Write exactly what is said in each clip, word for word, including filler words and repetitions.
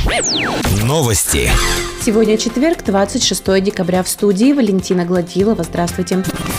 Новости. Сегодня четверг, двадцать шестое декабря. В студии Валентина Гладилова. Здравствуйте.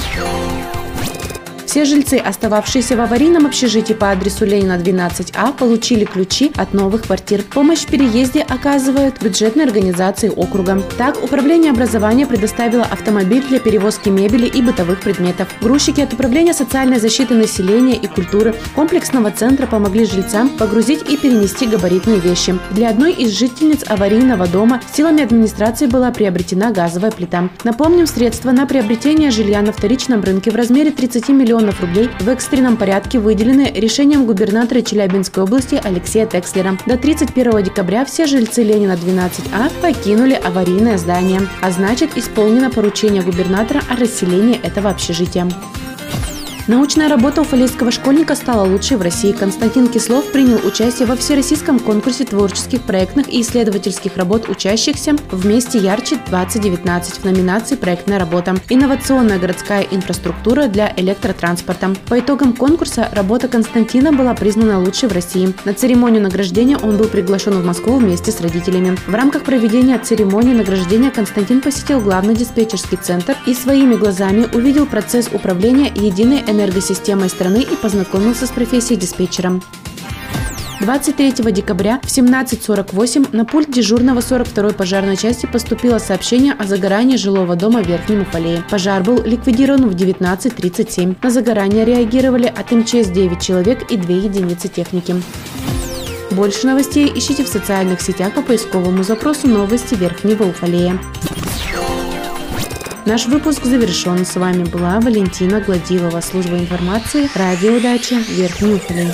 Все жильцы, остававшиеся в аварийном общежитии по адресу Ленина двенадцать А, получили ключи от новых квартир. Помощь в переезде оказывают бюджетные организации округа. Так, Управление образования предоставило автомобиль для перевозки мебели и бытовых предметов. Грузчики от Управления социальной защиты населения и культуры комплексного центра помогли жильцам погрузить и перенести габаритные вещи. Для одной из жительниц аварийного дома силами администрации была приобретена газовая плита. Напомним, средства на приобретение жилья на вторичном рынке в размере тридцати миллионов рублей в экстренном порядке выделены решением губернатора Челябинской области Алексея Текслера. До тридцать первого декабря все жильцы Ленина двенадцать А покинули аварийное здание, а значит, исполнено поручение губернатора о расселении этого общежития. Научная работа уфалейского школьника стала лучшей в России. Константин Кислов принял участие во всероссийском конкурсе творческих, проектных и исследовательских работ учащихся «Вместе ярче-двадцать девятнадцать» в номинации «Проектная работа. Инновационная городская инфраструктура для электротранспорта». По итогам конкурса работа Константина была признана лучшей в России. На церемонию награждения он был приглашен в Москву вместе с родителями. В рамках проведения церемонии награждения Константин посетил главный диспетчерский центр и своими глазами увидел процесс управления единой энергосистемой страны и познакомился с профессией диспетчера. двадцать третьего декабря в семнадцать сорок восемь на пульт дежурного сорок второй пожарной части поступило сообщение о загорании жилого дома в Верхнем Уфалее. Пожар был ликвидирован в девятнадцать тридцать семь. На загорание реагировали от эм че эс девять человек и две единицы техники. Больше новостей ищите в социальных сетях по поисковому запросу «Новости Верхнего Уфалея». Наш выпуск завершен. С вами была Валентина Гладилова, служба информации, радио «Дача», Верхний Уфалей.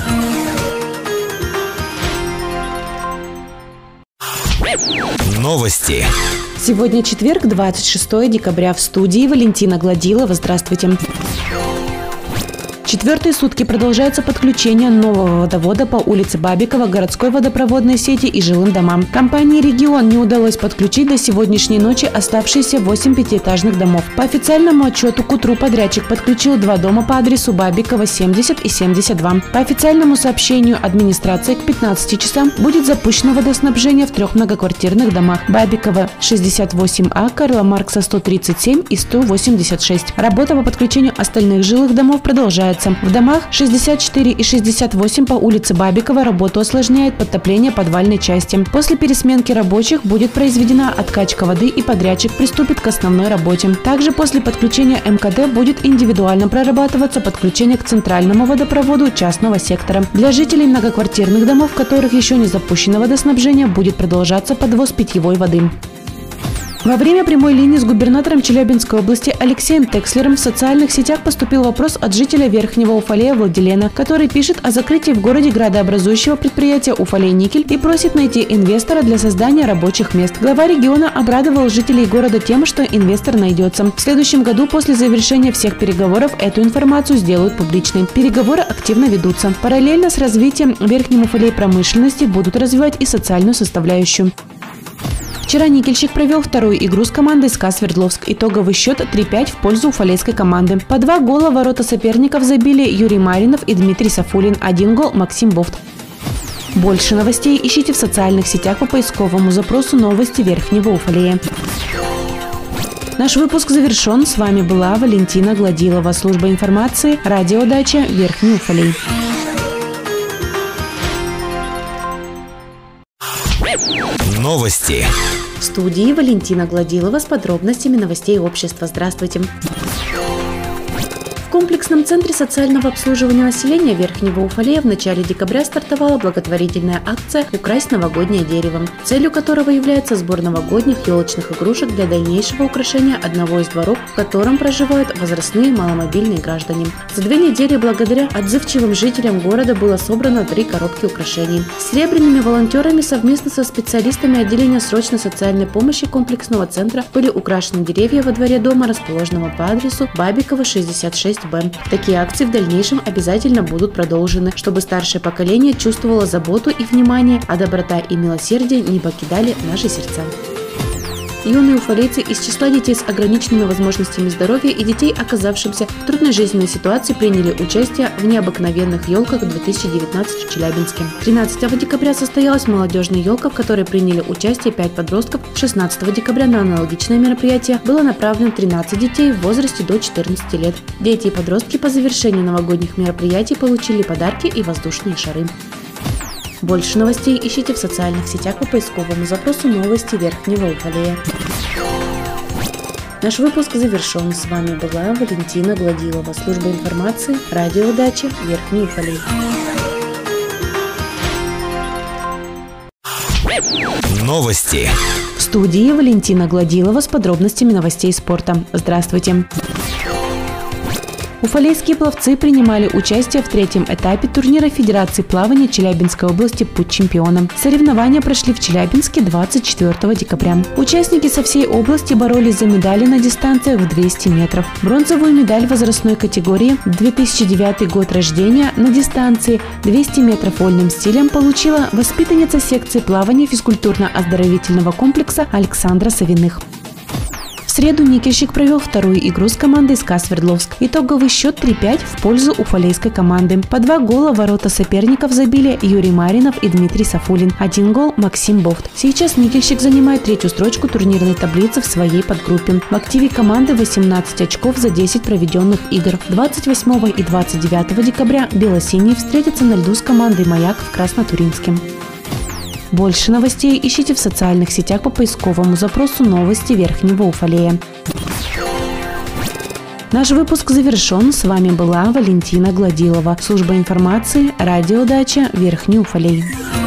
Новости. Сегодня четверг, двадцать шестое декабря. В студии Валентина Гладилова. Здравствуйте. Четвертые сутки продолжается подключение нового водовода по улице Бабикова, городской водопроводной сети и жилым домам. Компании «Регион» не удалось подключить до сегодняшней ночи оставшиеся восемь пятиэтажных домов. По официальному отчету к утру подрядчик подключил два дома по адресу Бабикова семьдесят и семьдесят два. По официальному сообщению администрации к пятнадцати часам будет запущено водоснабжение в трех многоквартирных домах: Бабикова шестьдесят восемь А, Карла Маркса сто тридцать семь и сто восемьдесят шесть. Работа по подключению остальных жилых домов продолжается. В домах шестьдесят четыре и шестьдесят восемь по улице Бабикова работу осложняет подтопление подвальной части. После пересменки рабочих будет произведена откачка воды и подрядчик приступит к основной работе. Также после подключения эм ка дэ будет индивидуально прорабатываться подключение к центральному водопроводу частного сектора. Для жителей многоквартирных домов, в которых еще не запущено водоснабжение, будет продолжаться подвоз питьевой воды. Во время прямой линии с губернатором Челябинской области Алексеем Текслером в социальных сетях поступил вопрос от жителя Верхнего Уфалея Владилена, который пишет о закрытии в городе градообразующего предприятия «Уфалей-Никель» и просит найти инвестора для создания рабочих мест. Глава региона обрадовал жителей города тем, что инвестор найдется. В следующем году после завершения всех переговоров эту информацию сделают публичной. Переговоры активно ведутся. Параллельно с развитием Верхнего Уфалея промышленности будут развивать и социальную составляющую. Вчера никельщик провел вторую игру с командой СКА Свердловск. Итоговый счет три пять в пользу уфалейской команды. По два гола в ворота соперников забили Юрий Маринов и Дмитрий Сафулин. Один гол Максим Бофт. Больше новостей ищите в социальных сетях по поисковому запросу «Новости Верхнего Уфалея». Наш выпуск завершен. С вами была Валентина Гладилова, служба информации, радио «Дача», Верхний Уфалей. Новости. В студии Валентина Гладилова с подробностями новостей общества. Здравствуйте. В комплексном центре социального обслуживания населения Верхнего Уфалея в начале декабря стартовала благотворительная акция «Украсть новогоднее дерево», целью которого является сбор новогодних елочных игрушек для дальнейшего украшения одного из дворов, в котором проживают возрастные маломобильные граждане. За две недели благодаря отзывчивым жителям города было собрано три коробки украшений. Серебряными волонтерами совместно со специалистами отделения срочной социальной помощи комплексного центра были украшены деревья во дворе дома, расположенного по адресу Бабикова шестьдесят шесть Б. Такие акции в дальнейшем обязательно будут продолжены, чтобы старшее поколение чувствовало заботу и внимание, а доброта и милосердие не покидали наши сердца. Юные уфалейцы из числа детей с ограниченными возможностями здоровья и детей, оказавшихся в трудной жизненной ситуации, приняли участие в необыкновенных елках две тысячи девятнадцать в Челябинске. тринадцатого декабря состоялась молодежная елка, в которой приняли участие пять подростков. шестнадцатого декабря на аналогичное мероприятие было направлено тринадцать детей в возрасте до четырнадцати лет. Дети и подростки по завершению новогодних мероприятий получили подарки и воздушные шары. Больше новостей ищите в социальных сетях по поисковому запросу «Новости Верхнего Уфалея». Наш выпуск завершен. С вами была Валентина Гладилова, служба информации, радио Дача, Верхний Уфалей. Новости. В студии Валентина Гладилова с подробностями новостей спорта. Здравствуйте. Уфалейские пловцы принимали участие в третьем этапе турнира Федерации плавания Челябинской области «Путь чемпиона». Соревнования прошли в Челябинске двадцать четвёртого декабря. Участники со всей области боролись за медали на дистанциях в двести метров. Бронзовую медаль возрастной категории две тысячи девятый год рождения на дистанции двести метров вольным стилем получила воспитанница секции плавания физкультурно-оздоровительного комплекса Александра Савиных. В среду никельщик провел вторую игру с командой СКА Свердловск. Итоговый счет три пять в пользу уфалейской команды. По два гола в ворота соперников забили Юрий Маринов и Дмитрий Сафулин. Один гол Максим Бофт. Сейчас никельщик занимает третью строчку турнирной таблицы в своей подгруппе. В активе команды восемнадцать очков за десять проведенных игр. двадцать восьмого и двадцать девятого декабря бело-синие встретятся на льду с командой «Маяк» в Краснотуринске. Больше новостей ищите в социальных сетях по поисковому запросу «Новости Верхнего Уфалея». Наш выпуск завершен. С вами была Валентина Гладилова, служба информации, радио Дача, Верхний Уфалей.